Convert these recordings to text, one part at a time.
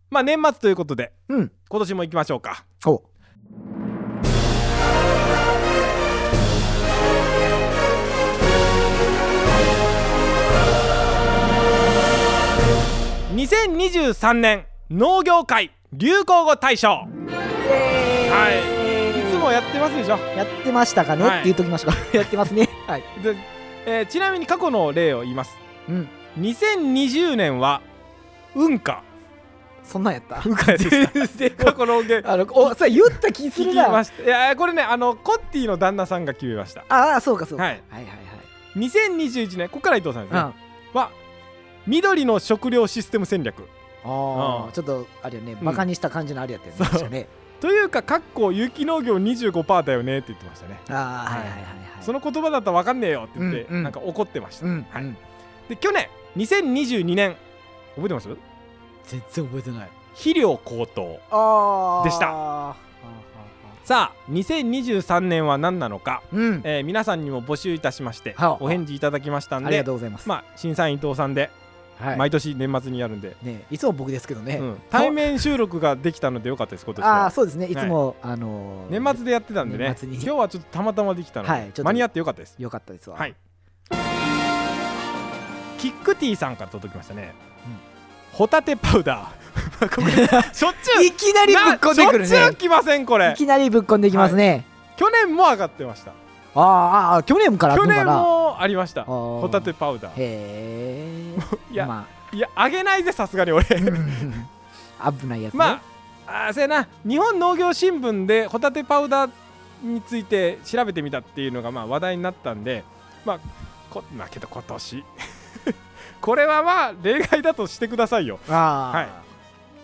まあ年末ということで、 うん、 今年も行きましょうか。 お 2023年農業界流行語大賞、はい、いつもやってますでしょ。 やってましたかね、 はいって言っときましょう。やってますね。はい。 で、ちなみに過去の例を言います。 うん。 2020年は運河。 そんなんやった。 運河でした過去の音源それ言った気す聞きるな。 ました。いやこれねコッティの旦那さんが決めました。 ああ、そうかそうか。 ははいいはいはい。 2021年ここから伊藤さんですね、は緑の食料システム戦略。 ああ、ちょっとあれよね、バカにした感じのあれやったよね。確かね。 というか有機農業 25% だよねって言ってましたね。 ああ、はいはいはいはい。 その言葉だったら分かんねえよって言って、 うんうんなんか怒ってました。 うんはい。で去年2022年覚えてます？ 全然覚えてない。 肥料高騰でした。さあ2023年は何なのか、皆さんにも募集いたしましてお返事いただきましたんで、 ありがとうございます。 まあ審査員伊藤さんで毎年年末にやるんで、 ね、いつも僕ですけどね、 対面収録ができたのでよかったです。今年はそうですね。いつも年末でやってたんでね、今日はちょっとたまたまできたので間に合ってよかったです。 よかったですわ。 はい。キックティーさんから届きましたね。ホタテパウダーしょっちゅういきなりぶっこんでくるね。 しょっちゅう来ませんこれ。 いきなりぶっこんできますね。 去年も上がってました。 去年から去年もありました。ホタテパウダー。 へえ。 いやあげないでさすがに俺。危ないやつね。 まあそうやな、日本農業新聞でホタテパウダーについて調べてみたっていうのがまあ話題になったんで、まあけど今年これはまあ例外だとしてくださいよ。はい。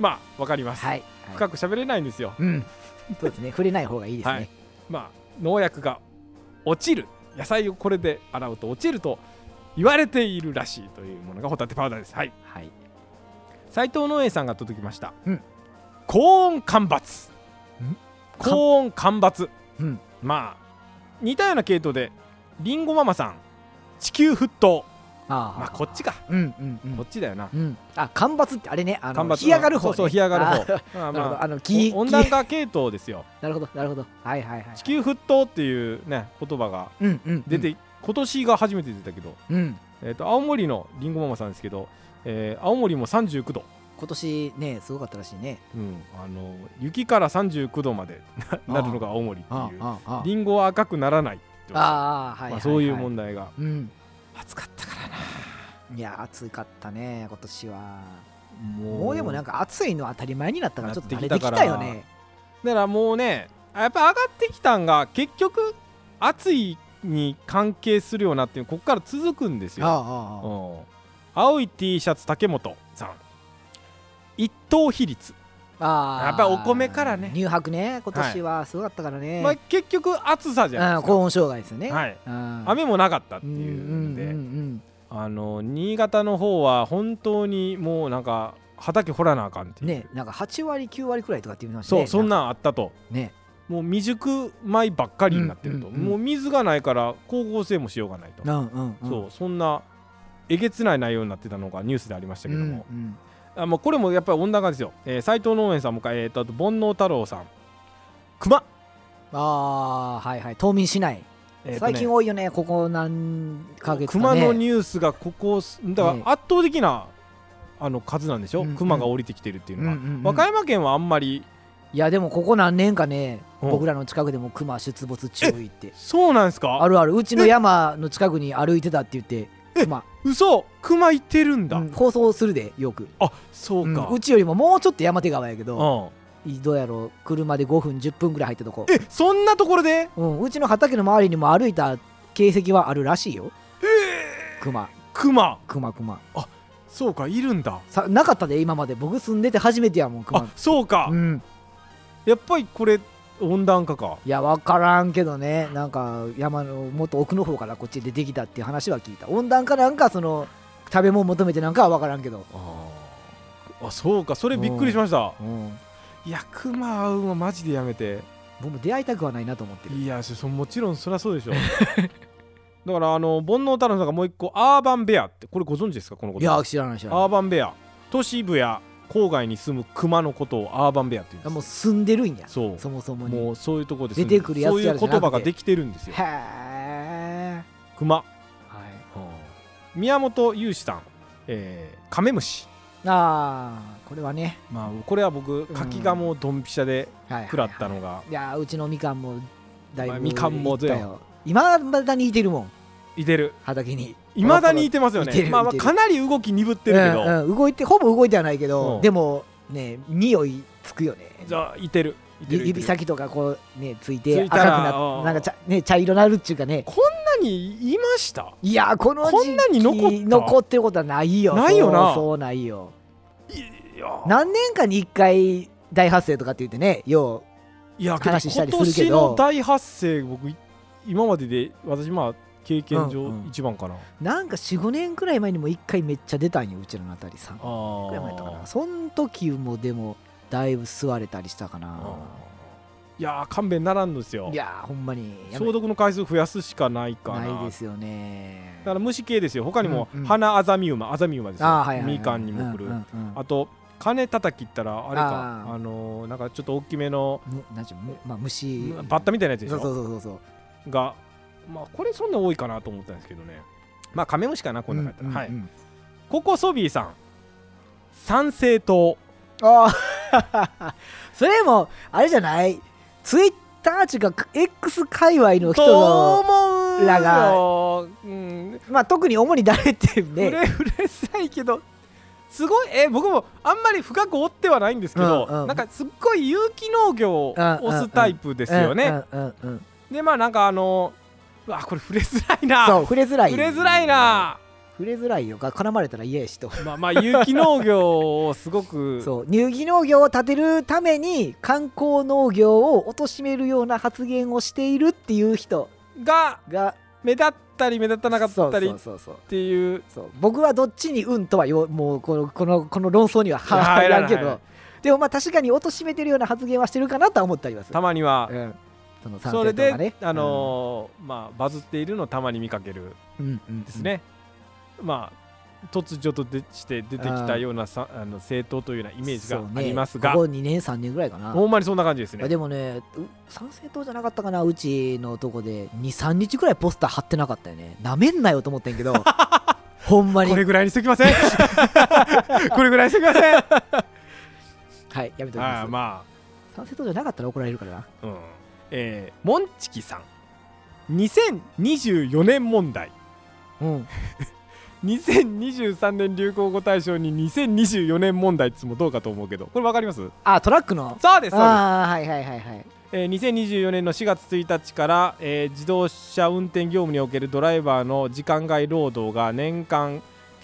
まあわかります。深く喋れないんですよ。 そうですね。触れない方がいいですね。 まあ農薬が落ちる、野菜をこれで洗うと落ちると言われているらしいというものがホタテパウダーです。はい。斉藤農園さんが届きました。高温干ばつ。高温干ばつ。まあ似たような系統でりんごママさん地球沸騰。まあこっちか。こっちだよな。 干ばつってあれね、干上がる方。 そう干上がる方。温暖化系統ですよ。 なるほどなるほど。はいはいはい。 地球沸騰っていうね言葉が出て、今年が初めて出たけど、青森のりんごママさんですけど、青森も39度。 今年ねすごかったらしいね。 雪から39度までなるのが青森っていう。りんごは赤くならないって言ってました。そういう問題が。暑かったからな。 いや暑かったね今年は。もうでもなんか暑いの当たり前になったからちょっと慣れてきたよね。 だからもうねやっぱ上がってきたんが結局暑いに関係するようなっていうここから続くんですよ。青い T シャツ竹本さん一等比率。やっぱりお米からね乳白ね今年はすごかったからね。 結局暑さじゃないですか。 高温障害ですよね。 雨もなかったっていうんで、新潟の方は本当にもうなんか畑掘らなあかんっていうね、なんか8割9割くらいとかっていうのはね。 そんなんあったとね。もう未熟米ばっかりになってると、もう水がないから光合成もしようがないと、そんなえげつない内容になってたのがニュースでありましたけども、もうこれもやっぱり温暖化ですよ。斉藤農園さんもあと煩悩太郎さん熊。 はいはい。冬眠しない。最近多いよねここ何ヶ月かね。 熊のニュースがここだから圧倒的な数なんでしょ。熊が降りてきてるっていうのは和歌山県はあんまり。 いやでもここ何年かね僕らの近くでも熊出没注意って。 そうなんですか。 あるある。うちの山の近くに歩いてたって言って嘘。熊いてるんだ。 放送するでよく。 そうか。 うちよりももうちょっと山手川やけど、どうやろう車で5分10分ぐらい入ったとこ。 そんなところで。 うちの畑の周りにも歩いた形跡はあるらしいよ。熊。 そうか、いるんだ。 なかったで今まで。僕住んでて初めてやもん熊。 そうか。やっぱりこれ温暖化か。 いや分からんけどね。なんか山のもっと奥の方からこっち出てきたっていう話は聞いた。温暖化なんかその食べ物求めてなんかは分からんけど。 そうか。それびっくりしました。いや熊会うのマジでやめて。 僕も出会いたくはないなと思ってる。 いやもちろんそりゃそうでしょ。だから煩悩太郎さんがもう一個アーバンベアってこれご存知ですかこのこと。 いや知らない。 アーバンベア都市部や郊外に住むクマのことをアーバンベアっていうんです。 もう住んでるんや。 そうそもそもにもうそういうところで出てくるやつそういう言葉ができてるんですよ。 へえ。 クマ、 はい、 宮本雄志さん、カメムシ。 ああこれはね、 まあこれは僕柿がもうドンピシャで食らったのが、 いやうちのみかんもだいぶ、 みかんもだよ。 今まだにいてるもん。 いてる。 畑にいまだにいてますよね。まあかなり動き鈍ってるけど、 動いてほぼ動いてはないけど、でもね匂いつくよね。 じゃあいてる。 指先とかこうねついて赤くなんか茶色なるっていうかね。 こんなにいました？ いやこの時期残ってることはないよ。 ないよな。 そうないよ。何年かに1回大発生とかって言ってねよう話したりするけど、 今年の大発生僕今までで私まあ経験上一番かな。 なんか 4,5 年くらい前にも1回めっちゃ出たんようちのあたり3年くらい前とかな。そん時もでもだいぶ吸われたりしたかな。 いや勘弁ならんのですよ。 いやほんまに消毒の回数増やすしかないかな。 ないですよね。 だから虫系ですよ。他にも花アザミウマですよ。みかんにも来る。あと金叩きったらあれかなんかちょっと大きめの虫バッタみたいなやつでしょ。 そうがまあこれそんな多いかなと思ったんですけどね。まあカメムシかなこんなのやったら。はい。ココソビーさん参政党。 ああそれもあれじゃない。ツイッターっていうか X 界隈の人らが、まあ特に主に誰ってねうれさいけどすごい僕もあんまり深く追ってはないんですけど、なんかすっごい有機農業を推すタイプですよね。でまあなんかうわこれ触れづらいな。 そう触れづらいな。 触れづらいよ。絡まれたら嫌やしと。 まあ有機農業をすごくそう有機農業を立てるために観光農業を貶めるような発言をしているっていう人が目立ったり目立たなかったりっていう。 僕はどっちにとはもうこの論争には入らんけど、でもまあ確かに貶めてるような発言はしてるかなとは思ったります。 たまには、それでまあバズっているのをたまに見かけるですね。まあ突如として出てきたような政党というようなイメージがありますが、 ここ2年3年ぐらいかな。 ほんまにそんな感じですね。 でもね参政党じゃなかったかな。うちのとこで 2,3 日くらいポスター貼ってなかったよね。なめんなよと思ってんけどほんまにこれぐらいにしときませんこれぐらいにしときませんはいやめときます。まあ参政党じゃなかったら怒られるからな。 モンチキさん2024年問題。2023年流行語大賞に2024年問題っつもどうかと思うけど、これ分かります？ トラックの。 そうです。 はいはいはいはい。 2024年の4月1日から、自動車運転業務におけるドライバーの時間外労働が年間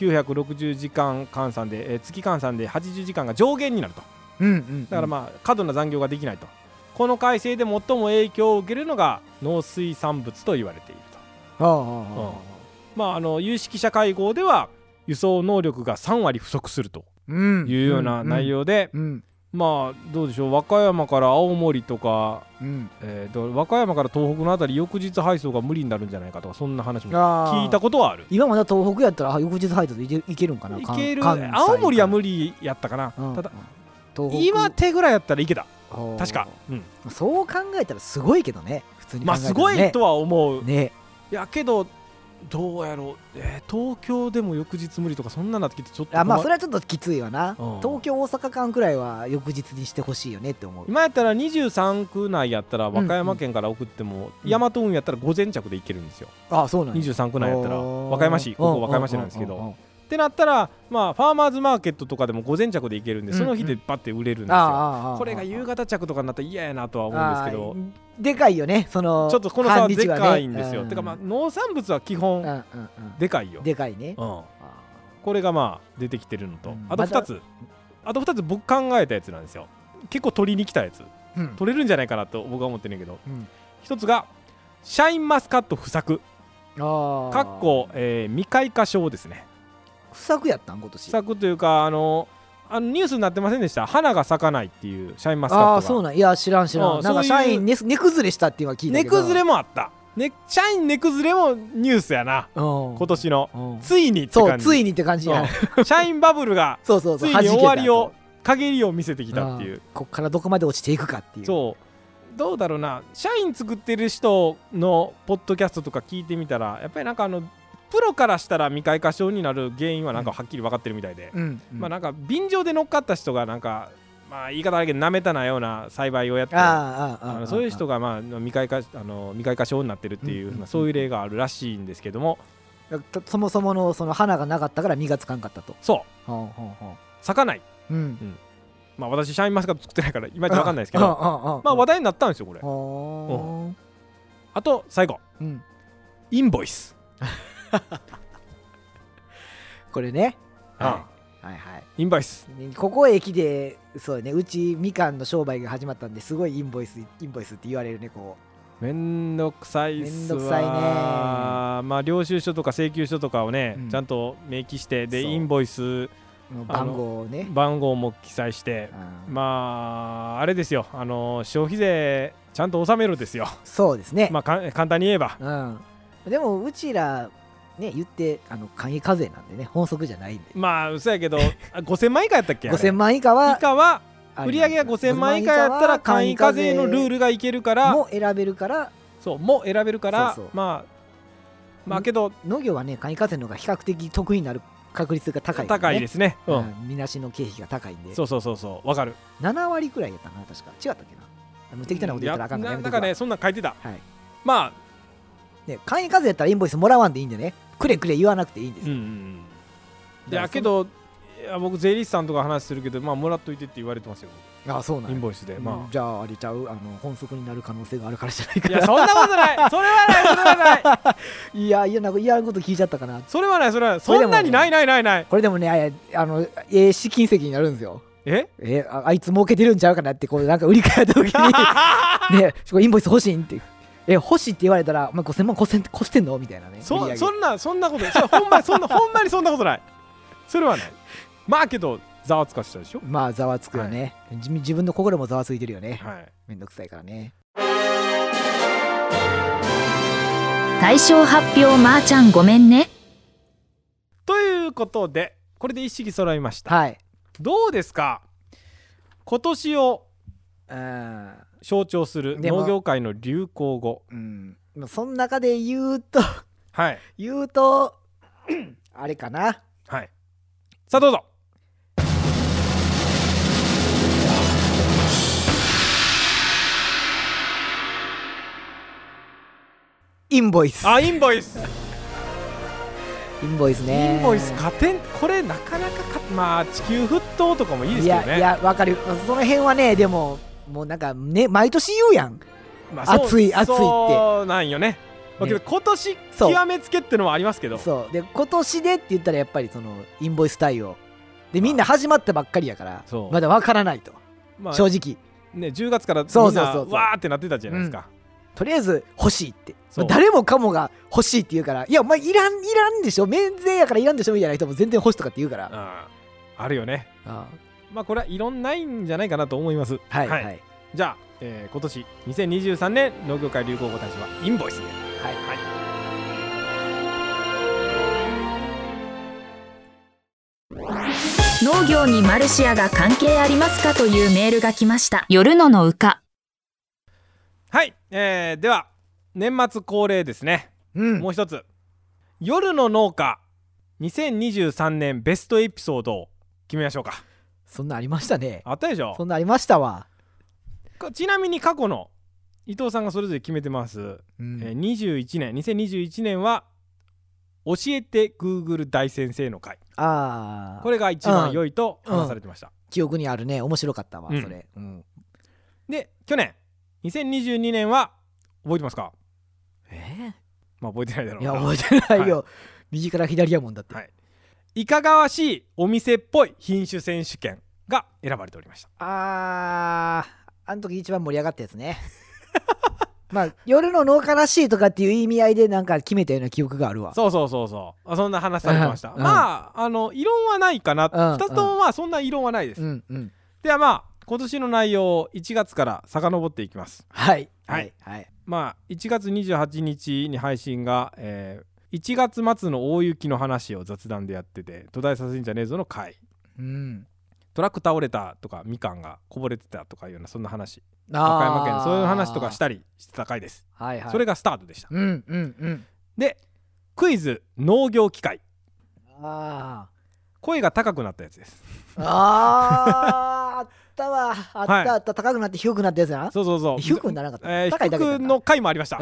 960時間換算で、月換算で80時間が上限になると。だからまあ過度な残業ができないと。この改正で最も影響を受けるのが農水産物と言われていると。まあ有識者会合では輸送能力が3割不足するというような内容で、まあどうでしょう、和歌山から青森とか、和歌山から東北のあたり翌日配送が無理になるんじゃないかとか、そんな話も聞いたことはある。 今まだ東北やったら翌日配達いけるんかな。 いける。青森は無理やったかな。ただ岩手ぐらいやったらいけた確か。 そう考えたらすごいけどね。普通に考えたらね。 まあすごいとは思うね。 いやけどどうやろう、東京でも翌日無理とかそんななってきてちょっとまあそれはちょっときついわな。東京大阪間くらいは翌日にしてほしいよねって思う。 今やったら23区内やったら和歌山県から送っても大和運やったら午前着で行けるんですよ。 そうなん 23区内やったら和歌山市、ここ和歌山市なんですけど、ってなったらまあファーマーズマーケットとかでも午前着で行けるんで、その日でバッて売れるんですよ。これが夕方着とかになったら嫌やなとは思うんですけど、 でかいよね。そのちょっとこの差はでかいんですよ。てかまあ農産物は基本でかいよ。 でかいね。 これがまあ出てきてるのと、あと2つ僕考えたやつなんですよ。結構取りに来たやつ、取れるんじゃないかなと僕は思ってるんだけど、一つがシャインマスカット不作未開花症ですね。 不作やったん今年。 不作というかニュースになってませんでした？花が咲かないっていうシャインマスカットが。 そうなん。いや知らん。なんかシャイン根崩れしたっていうのは聞いたけど。 根崩れもあった。シャイン根崩れもニュースやな。今年のついにって感じ。 そうついにって感じや。 シャインバブルがついに終わりを陰りを見せてきたっていう。 こっからどこまで落ちていくかっていう。 そうどうだろうな、社員作ってる人のポッドキャストとか聞いてみたらやっぱりなんかプロからしたら未開花症になる原因はなんかはっきり分かってるみたいで、まあなんか便乗で乗っかった人がなんかまあ言い方だけどなめたなような栽培をやってそういう人がまあ未開花症になってるっていうそういう例があるらしいんですけども、 そもそものその花がなかったから実がつかんかったと。 そう咲かない。まあ私シャインマスカット作ってないからいまいち分かんないですけどまあ話題になったんですよこれ。あと最後インボイスこれね、インボイスここへ来てそうね、うちみかんの商売が始まったんですごいインボイスって言われるね。こうめんどくさいっすわ。 めんどくさいね。 まあ領収書とか請求書とかをね、ちゃんと明記してでインボイス番号をね、 番号も記載して、まああれですよ、消費税ちゃんと納めるですよ。 そうですね。 まあ簡単に言えば、 でもうちらね言って簡易課税なんでね、本則じゃないんで。 まあ嘘やけど5000万以下やったっけ 5000万以下は売上が5000万以下やったら簡易課税のルールがいけるからも選べるから、 まあけど農業はね簡易課税の方が比較的得意になる確率が高い、 高いですね。 みなしの経費が高いんで。 そうわかる。 7割くらいやったかな、確か。違ったっけな。適当なこと言ったらあかんからやめとくわ。 なんかねそんなん書いてた。まあね、簡易課税やったらインボイスもらわんでいいんでね、くれ言わなくていいんですよ。 いやけど僕税理士さんとか話するけど、まあもらっといてって言われてますよ。 そうなんインボイスで。 じゃああれちゃう、本則になる可能性があるからじゃないかな。 いやそんなことないそれはないいやなんか嫌なこと聞いちゃったかな。 それはないそんなにない。これでもね試金石になるんですよ。あいつ儲けてるんちゃうかなってこうなんか売り買えた時にね、インボイス欲しいんって欲しいって言われたら、5000万越してんのみたいなね。 そんなことほんまにそんなことない。それはない。まあけどざわつかしたでしょ。 まあざわつくよね、自分の心もざわついてるよね。めんどくさいからね。 対象発表まーちゃんごめんね。 ということでこれで一式揃いました。どうですか、今年を象徴する農業界の流行語。 その中で言うとあれかな。 さあどうぞ。 インボイス。 インボイスインボイスね。 インボイス加点、これなかなかまあ地球沸騰とかもいいですけどね。 いやわかる。その辺はね、でももうなんかね毎年言うやん、暑いって。 そうなんよね。だけど今年極めつけってのもありますけど、 そうで今年でって言ったらやっぱりそのインボイス対応でみんな始まったばっかりやからまだわからないと、正直ね。 10月からみんなわーってなってたじゃないですか。 とりあえず欲しいって、誰もかもが欲しいって言うから、いやお前いらんでしょ、免税やからいらんでしょみたいな人も全然欲しいとかって言うから、 あるよね。まあこれはいろんないんじゃないかなと思います。じゃあ、今年2023年農業界流行語大賞はインボイスで。 農業にマルシアが関係ありますかというメールが来ました。夜ののうか。 では年末恒例ですね、もう一つ夜の農家2023年ベストエピソードを決めましょうか。 そんなありましたね。 あったでしょ。 そんなありましたわ。 ちなみに過去の伊藤さんがそれぞれ決めてます、2021年は教えて Google 大先生の会。これが一番良いと話されてました。 記憶にあるね。面白かったわ、それ。 で去年2022年は覚えてますか。まあ覚えてないだろうな。 いや覚えてないよ、右から左やもんだって。 いかがわしいお店っぽい品種選手権が選ばれておりました。 あの時一番盛り上がったやつね。まあ夜の農家らしいとかっていう意味合いでなんか決めたような記憶があるわ。 そうそんな話されてました。まあ異論はないかな。2つともまあそんな異論はないです。ではまあ今年の内容を1月から遡っていきます。まあ1月28日に配信が、1月末の大雪の話を雑談でやってて途絶えさせんじゃねえぞの回、 トラック倒れたとかみかんがこぼれてたとかいうようなそんな話、和歌山県でそういう話とかしたりしてた回です、はいはい、それがスタートでした、うんうんうん、でクイズ農業機械、声が高くなったやつです。 あったわ、あった、はい、高くなって低くなったやつな。 そう低くならなかった、 低くの回もありました。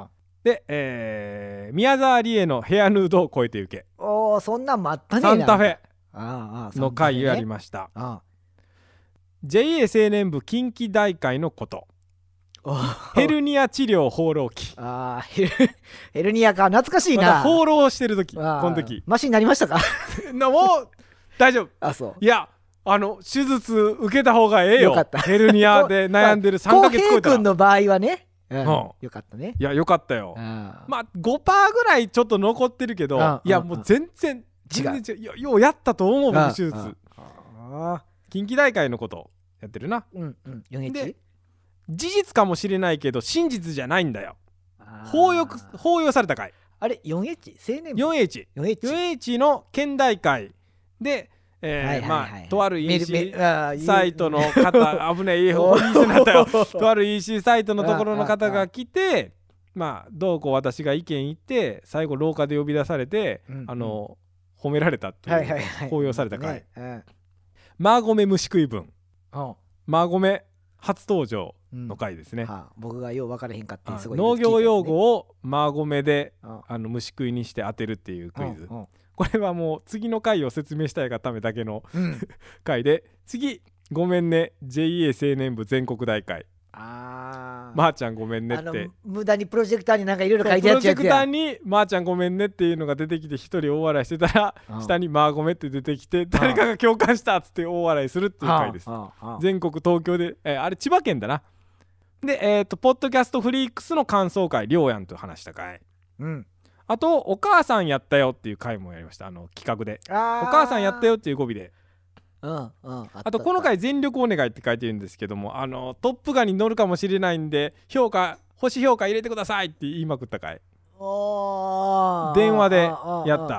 で、宮沢りえのヘアヌードを超えてゆけ、 おー、そんなんもあったね。 サンタフェの回がありました。JA 青年部近畿大会のこと、ヘルニア治療放浪記。 ヘルニアか、懐かしいな。 放浪してる時、この時マシになりましたか？ もう大丈夫。 そう。 いや、手術受けた方がええよ。ヘルニアで悩んでる3ヶ月超えたら。 浩平君の場合はね、よかったね。 いや、よかったよ。まあ 5% ぐらいちょっと残ってるけど、いやもう全然違う。ようやったと思う、僕手術。近畿大会のことやってるな。で事実かもしれないけど真実じゃないんだよ。放用された回。 あれ 4H 青年部 4H の県大会で、とある EC サイトの方、危ない、法律になったよ。とある EC サイトのところの方が来て、どうこう私が意見言って最後廊下で呼び出されて、褒められたっていう放用された回。マーゴメ虫食い分、マーゴメ初登場の回ですね。 僕がよう分からへんかってすごい農業用語をマーゴメで虫食いにして当てるっていうクイズ。これはもう次の回を説明したいがためだけの回で、次ごめんね JA 青年部全国大会、まーちゃんごめんねって無駄にプロジェクターになんかいろいろ書いてあるやつや。 プロジェクターにまーちゃんごめんねっていうのが出てきて一人大笑いしてたら、下にまーごめって出てきて誰かが共感したっつって大笑いするっていう回です。全国東京で、あれ千葉県だな。でポッドキャストフリークスの感想会、りょうやんと話した回、あとお母さんやったよっていう回もやりました。企画でお母さんやったよっていう語尾で、あとこの回全力お願いって書いてるんですけども、トップガンに乗るかもしれないんで星評価入れてくださいって言いまくった回、電話でやった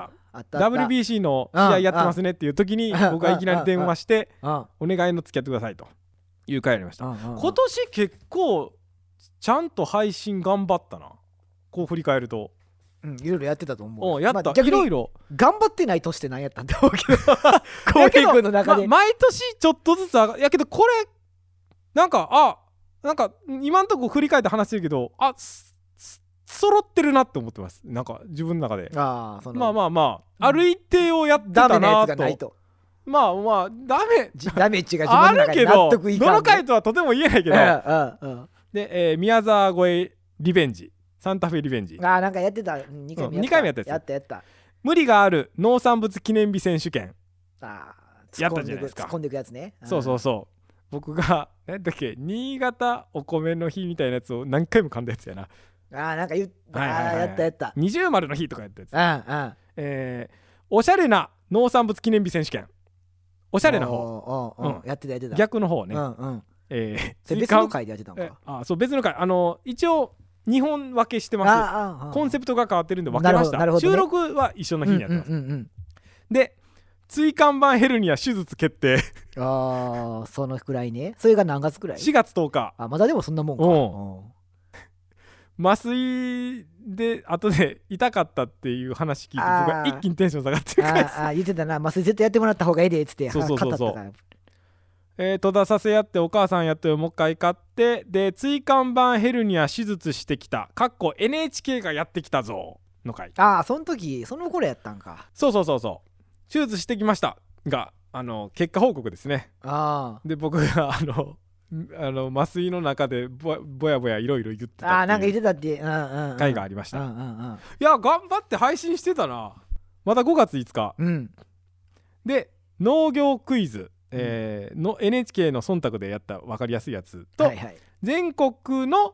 。WBC の試合やってますねっていう時に僕がいきなり電話してお願いの付き合ってくださいという回やりました。今年結構ちゃんと配信頑張ったな、こう振り返ると。 いろいろやってたと思う。 やった、いろいろ頑張ってないとして何やったんだろうけど浩平君の中で、 毎年ちょっとずつやけど、これなんか今んとこ振り返って話してるけど、揃ってるなって思ってます。なんか自分の中である一定をやってたなと。ダメなやつがないと。ダメージが自分の中で納得いかん。 どの回とはとても言えないけど、で宮沢越えリベンジ、サンタフェリベンジ、 なんかやってた。2 回目やったやつ。無理がある農産物記念日選手権やったじゃないですか。 突っ込んでいくやつね。 そう僕が何だっけ、新潟お米の日みたいなやつを何回も噛んだやつやな。 なんか言った、やった二重丸の日とかやったやつ。おしゃれな農産物記念日選手権、おしゃれな方、 やってた逆の方ね。 別の回でやってたのか。 そう、別の回。一応2本分けしてます。コンセプトが変わってるんで分けました。収録は一緒の日にやってます。で椎間板ヘルニア手術決定そのくらいね。それが何月くらい ？4月10日。 まだでもそんなもんか。 麻酔で後で痛かったっていう話聞いて、僕は一気にテンション下がってるから言ってたな。麻酔絶対やってもらった方がいいでっつってそう戸田させやってお母さんやってもう一回買って、で椎間板ヘルニア手術してきたNHK がやってきたぞの回。 その時その頃やったんか。 そう手術してきましたが結果報告ですね。で僕が麻酔の中でぼやぼやいろいろ言ってたっていうなんか言ってたって回がありました。いや頑張って配信してたな。まだ5月5日、で農業クイズ、の NHK の忖度でやった分かりやすいやつと、全国の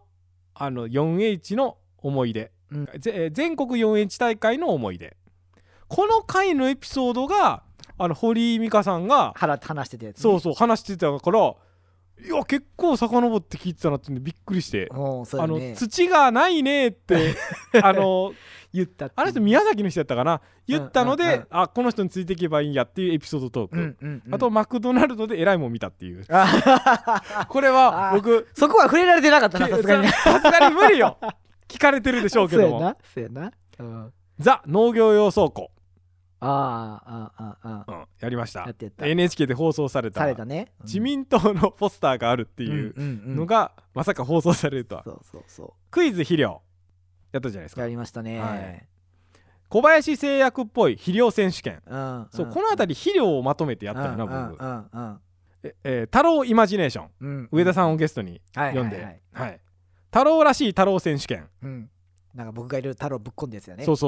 4H の思い出、全国 4H 大会の思い出、この回のエピソードが堀井美香さんが話してたやつ、 話してたから、 いや結構遡って聞いてたなってびっくりして、 そうね、 土がないねって言ったってあの人宮崎の人やったかな、言ったので、あこの人についていけばいいんやっていうエピソードトーク、あとマクドナルドでえらいもん見たっていうこれは僕そこは触れられてなかったな、さすがに無理よ聞かれてるでしょうけどもそうやな、 ザ農業用倉庫、やりました。NHK で放送された自民党のポスターがあるっていうのがまさか放送されるとは。クイズ肥料やったじゃないですか。 やりましたね。 小林製薬っぽい肥料選手権、そうこの辺り肥料をまとめてやったよな僕。太郎イマジネーション、上田さんをゲストに呼んで、太郎らしい太郎選手権、 なんか僕がいる太郎ぶっこんでやつやね。 そう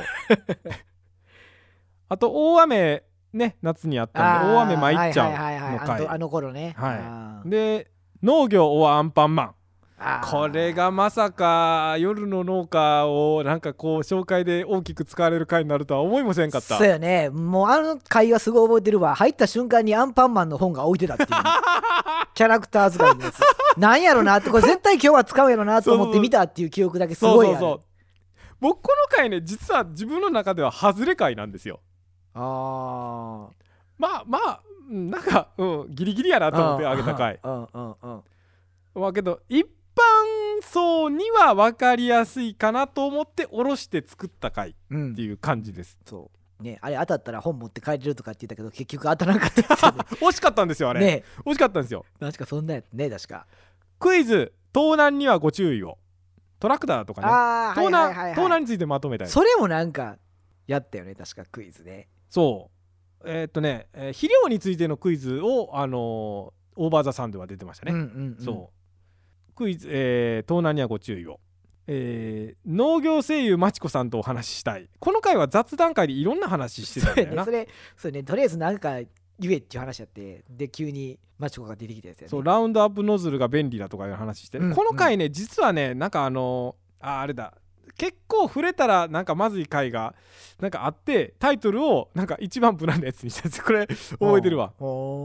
あと大雨ね、夏にあったんで大雨参っちゃうの回、 あの頃ね。 で農業はアンパンマン、これがまさか夜の農家をなんかこう紹介で大きく使われる回になるとは思いもせんかった。 そうよね、もうあの回はすごい覚えてるわ。入った瞬間にアンパンマンの本が置いてたっていうキャラクター使いのやつなんやろなって、これ絶対今日は使うやろなと思って見たっていう記憶だけすごいある。 僕この回ね実は自分の中では外れ回なんですよ。まあなんか、ギリギリやなと思ってあげた回けど一般層には分かりやすいかなと思って下ろして作った回っていう感じです。 そうね、あれ当たったら本持って帰れるとかって言ったけど結局当たらなかったですよね惜しかったんですよあれ、ね、惜しかったんですよ。 確かそんなやつね。確かクイズ盗難にはご注意を、トラクターとかね、盗難についてまとめたい。 それもなんかやったよね確かクイズね。 そう肥料についてのクイズをオーバーザさんでは出てましたね。そうクイズ、盗難にはご注意を、農業声優まちこさんとお話ししたい。この回は雑談会でいろんな話してたんだよな。 それね、とりあえずなんか言えっていう話やって、で急にまちこが出てきたやつやね。 そうラウンドアップノズルが便利だとかいう話して、この回ね実はねなんかあれだ結構触れたらなんかまずい回がなんかあって、タイトルをなんか一番無難なやつにしたやつ、これ覚えてるわ。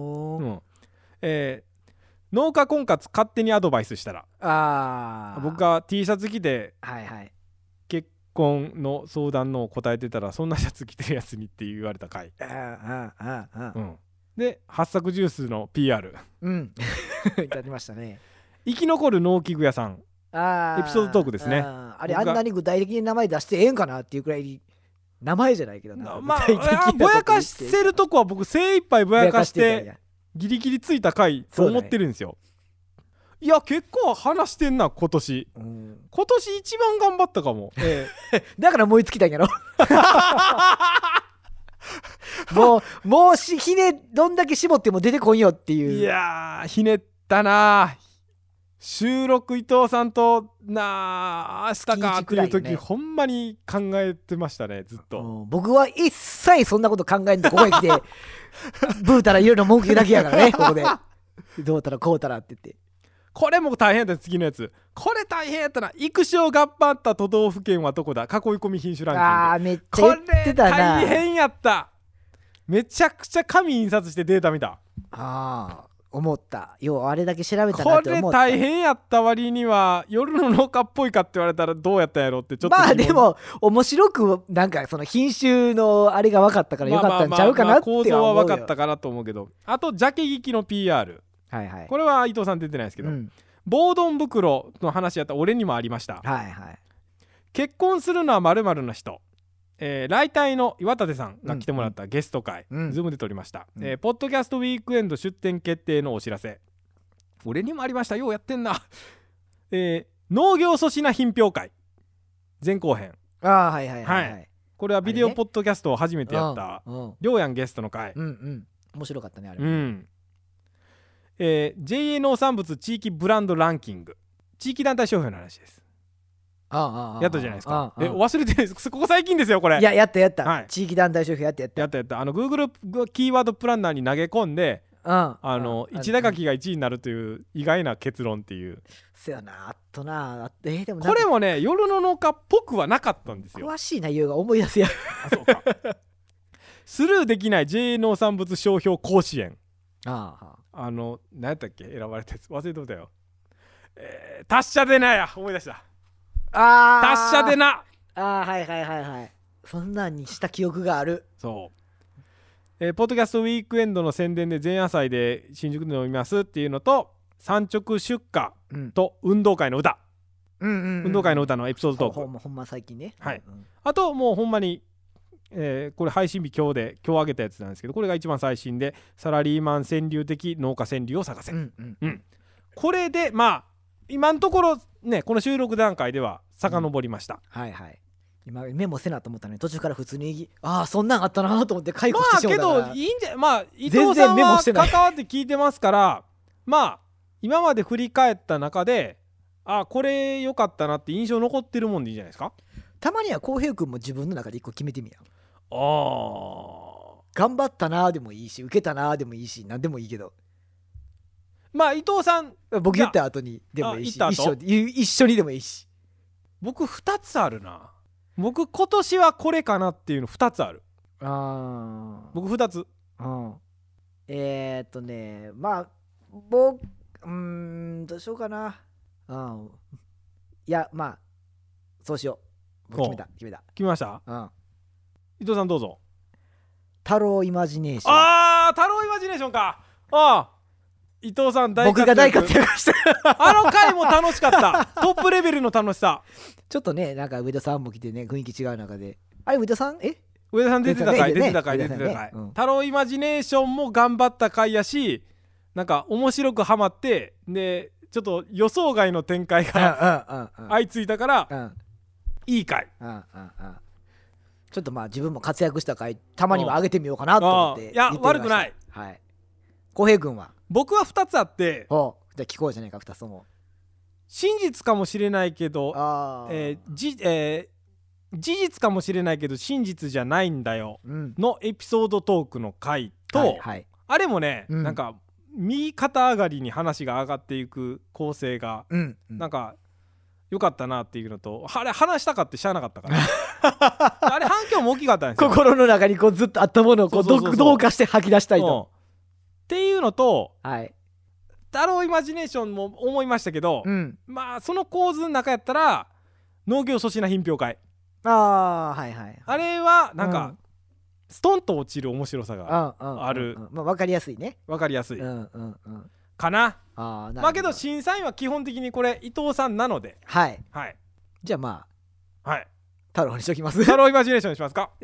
農家婚活勝手にアドバイスしたら、僕が T シャツ着て、結婚の相談の答えてたらそんなシャツ着てるやつにって言われた回で、八作ジュースの PR いただきましたね。 生き残る農機具屋さんエピソードトークですね。 あれあんなに具体的に名前出してええんかなっていうくらい名前じゃないけどな、 ぼやかせるとこは僕精一杯ぼやかしてギリギリついた回と思ってるんですよ。いや結構話してんな今年、今年一番頑張ったかも、 だから燃え尽きたんやろもうひねどんだけ絞っても出てこんよっていう。 いやひねったな。収録伊藤さんと明日かっていう時、ほんまに考えてましたねずっと。 僕は一切そんなこと考えんとここへ来てブーたらいろいろ文句言うだけやからねここでどうたらこうたらって言って。 これも大変だった。次のやつこれ大変やったな。育種を合併った都道府県はどこだ、囲い込み品種ランキング。 めっちゃ言ってたな。 これ大変やった。めちゃくちゃ紙印刷してデータ見た。 思った。ようあれだけ調べたなって思った。 これ大変やった割には夜の農家っぽいかって言われたらどうやったんやろってちょっと。 まあでも面白くなんかその品種のあれが分かったからよかったんちゃうかなって構造は分かったかなと思うけど、あとジャケ聞きの PR、これは伊藤さん出てないですけど、ボードン袋の話やったら俺にもありました。結婚するのは〇〇の人、来隊の岩立さんが来てもらったゲスト会、ズームで撮りました。ポッドキャストウィークエンド出展決定のお知らせ、俺にもありました。ようやってんな。農業粗品品評会前後編。これはビデオポッドキャストを初めてやったりょうやんゲストの会。 面白かったねあれ。 JA 農産物地域ブランドランキング、地域団体商標の話です。やったじゃないですか。忘れてないです。ここ最近ですよこれ。 いややった、地域団体商標やった Google キーワードプランナーに投げ込んで、一打書きが1位になるという意外な結論っていう。 そうやな。あとな、でもこれもね夜の農家っぽくはなかったんですよ。 詳しい内容が思い出すやん。 そうかスルーできない JA 農産物商標甲子園。 何やったっけ選ばれたやつ忘れてもたよ。達者でなや思い出した。達者でな。 はいそんなんにした記憶がある。 そう、ポッドキャストウィークエンドの宣伝で前夜祭で新宿で飲みますっていうのと、産直出荷と運動会の歌、運動会の歌のエピソードトーク、 ほんま最近ね。 はい、あともうほんまに、これ配信日今日上げたやつなんですけど、これが一番最新でサラリーマン川柳的農家川柳を探せ、これでまあ今のところね、この収録段階では遡りました、 今メモせなと思ったのに途中から普通にそんなんあったなと思って解雇してしまったから。 まあけどいいんじゃ、まあ伊藤さんは関わって聞いてますから、まあ今まで振り返った中でこれ良かったなって印象残ってるもんでいいんじゃないですか。 たまには浩平君も自分の中で一個決めてみや。頑張ったなでもいいし、受けたなでもいいし、何でもいいけど、 まあ伊藤さん僕言った後にでもいいし、一緒にでもいいし。僕 2つあるな。僕今年はこれかなっていうの2つある。僕2つ。 まあ僕どうしようかな。いやまあそうしよう。決めました。 伊藤さんどうぞ。 太郎イマジネーション。 太郎イマジネーションか。伊藤さん僕が大活躍した回も楽しかったトップレベルの楽しさ。 ちょっとね、なんか上田さんも来てね、雰囲気違う中で、あれ上田さん出てた回、太郎イマジネーションも頑張った回やし、なんか面白くハマって、でちょっと予想外の展開が相次いだからいい回。 ちょっとまあ自分も活躍した回たまには上げてみようかなと思って。 いや悪くない。 浩平君は。 僕は2つあって、 じゃあ聞こうじゃないか。2つとも真実かもしれないけど、事実かもしれないけど真実じゃないんだよのエピソードトークの回と、あれもね、なんか右肩上がりに話が上がっていく構成がなんか良かったなっていうのと、あれ話したかって知らなかったからあれ反響も大きかったんですよ。 心の中にこうずっとあったものをこうどうかして吐き出したいとっていうのと、太郎イマジネーションも思いましたけど、まあその構図の中やったら農業粗品品評会、あれはなんか、ストンと落ちる面白さがある。 分かりやすいね。 分かりやすいかな。まあけど審査員は基本的にこれ伊藤さんなので、 じゃあまあ太郎にしときます。 太郎イマジネーションにしますか。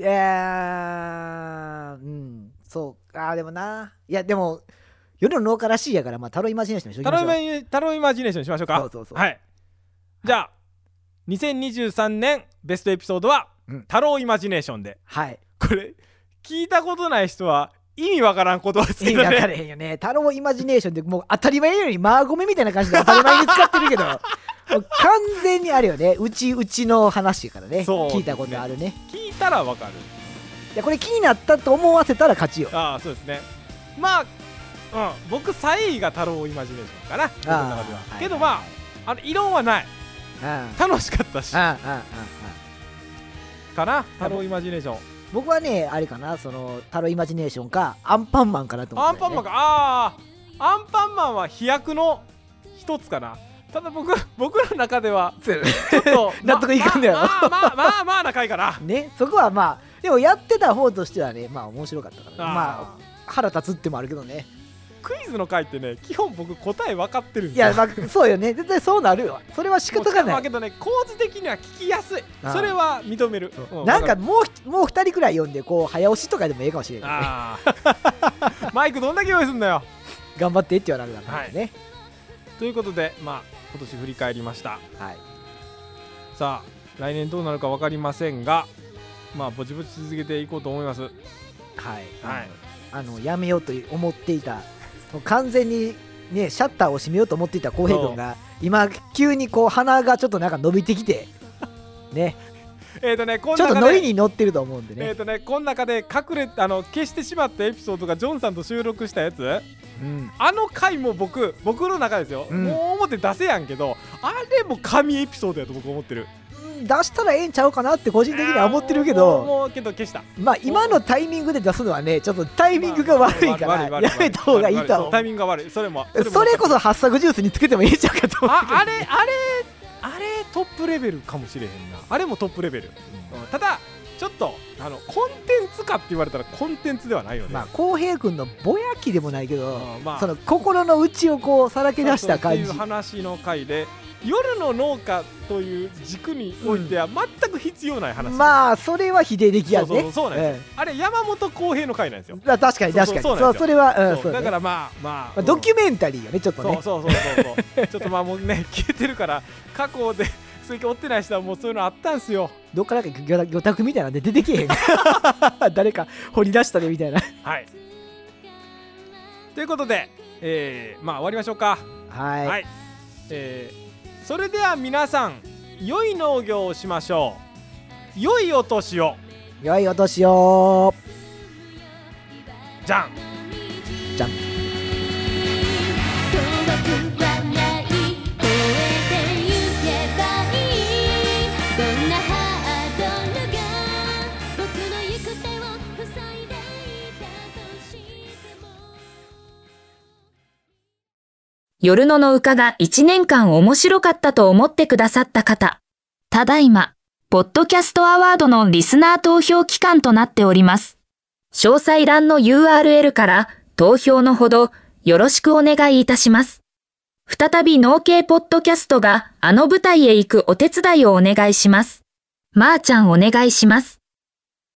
そうでもな、いやでも夜の農家らしいやから、まあ太郎イマジネーションにしときましょう。 太郎イマジネーションにしましょうか。じゃあ2023年ベストエピソードは太郎イマジネーションで。これ聞いたことない人は意味わからんことですけどね。 意味わからへんよね。太郎イマジネーションってもう当たり前のようにマーゴメみたいな感じで当たり前に使ってるけどもう完全にあるよね。うちの話からね、聞いたことあるね。 聞いたらわかる。 いやこれ気になったと思わせたら勝ちよ。 そうですね。まあ僕3位が太郎イマジネーションかな、僕の中では。けどまあ異論はない。楽しかったしかな。太郎イマジネーション、 僕はねあれかな、その太郎イマジネーションかアンパンマンかなと思って、 アンパンマンか。アンパンマンは飛躍の一つかな。ただ僕の中ではちょっと納得いかんだよ。 まあな回かなね。そこはまあでもやってた方としてはね、まあ面白かったから、まあ腹立つってもあるけどね。 クイズの回ってね、基本僕答え分かってるんですよ。いや、そうよね。絶対そうなるよ。それは仕方がない。 だけどね、構図的には聞きやすい。それは認める。 なんかもう2人くらい読んでこう早押しとかでもいいかもしれないね。 マイクどんだけ用意すんだよ。 頑張ってって言わなくなるね。 ということで、まあ今年振り返りました。さあ来年どうなるか分かりませんが、まあぼちぼち続けていこうと思います。 やめようと思っていた、完全にねシャッターを閉めようと思っていた浩平君が今急にこう鼻がちょっとなんか伸びてきてねちょっとノリに乗ってると思うんでね。 この中で隠れ消してしまったエピソードがジョンさんと収録したやつ、あの回も僕の中ですよ、もう表出せやんけど、あれも神エピソードやと僕思ってる。 出したらええんちゃうかなって個人的には思ってるけど、 もうけど消した。 まあ今のタイミングで出すのはねちょっとタイミングが悪いからやめた方がいいとは思う。 タイミングが悪い。それこそハッサクジュースにつけてもいいんちゃうかと思う。 あれトップレベルかもしれへんな。あれもトップレベル、ただちょっとコンテンツかって言われたらコンテンツではないよね。 まあ浩平君のぼやきでもないけど、その心の内をこうさらけ出した感じ。 そういう話の回で夜の農家という軸においては全く必要ない話、 まあそれは否定できやんね。 そうなんですよ、あれ山本浩平の回なんですよ。 確かにそうそれは、 だからまあドキュメンタリーよねちょっとね。 そうちょっとまあもうね消えてるから過去で追加追ってない人はもうそういうのあったんすよ。 どっからか魚拓みたいなんで出てけへん誰か掘り出したでみたいな。 はいということで、まあ終わりましょうか。 はい、 それでは皆さん良い農業をしましょう。良いお年を。 良いお年を。 じゃんじゃん。 夜のうかが1年間面白かったと思ってくださった方、ただいま、ポッドキャストアワードのリスナー投票期間となっております。詳細欄の URL から投票のほどよろしくお願いいたします。再び農系ポッドキャストがあの舞台へ行くお手伝いをお願いします。まーちゃんお願いします。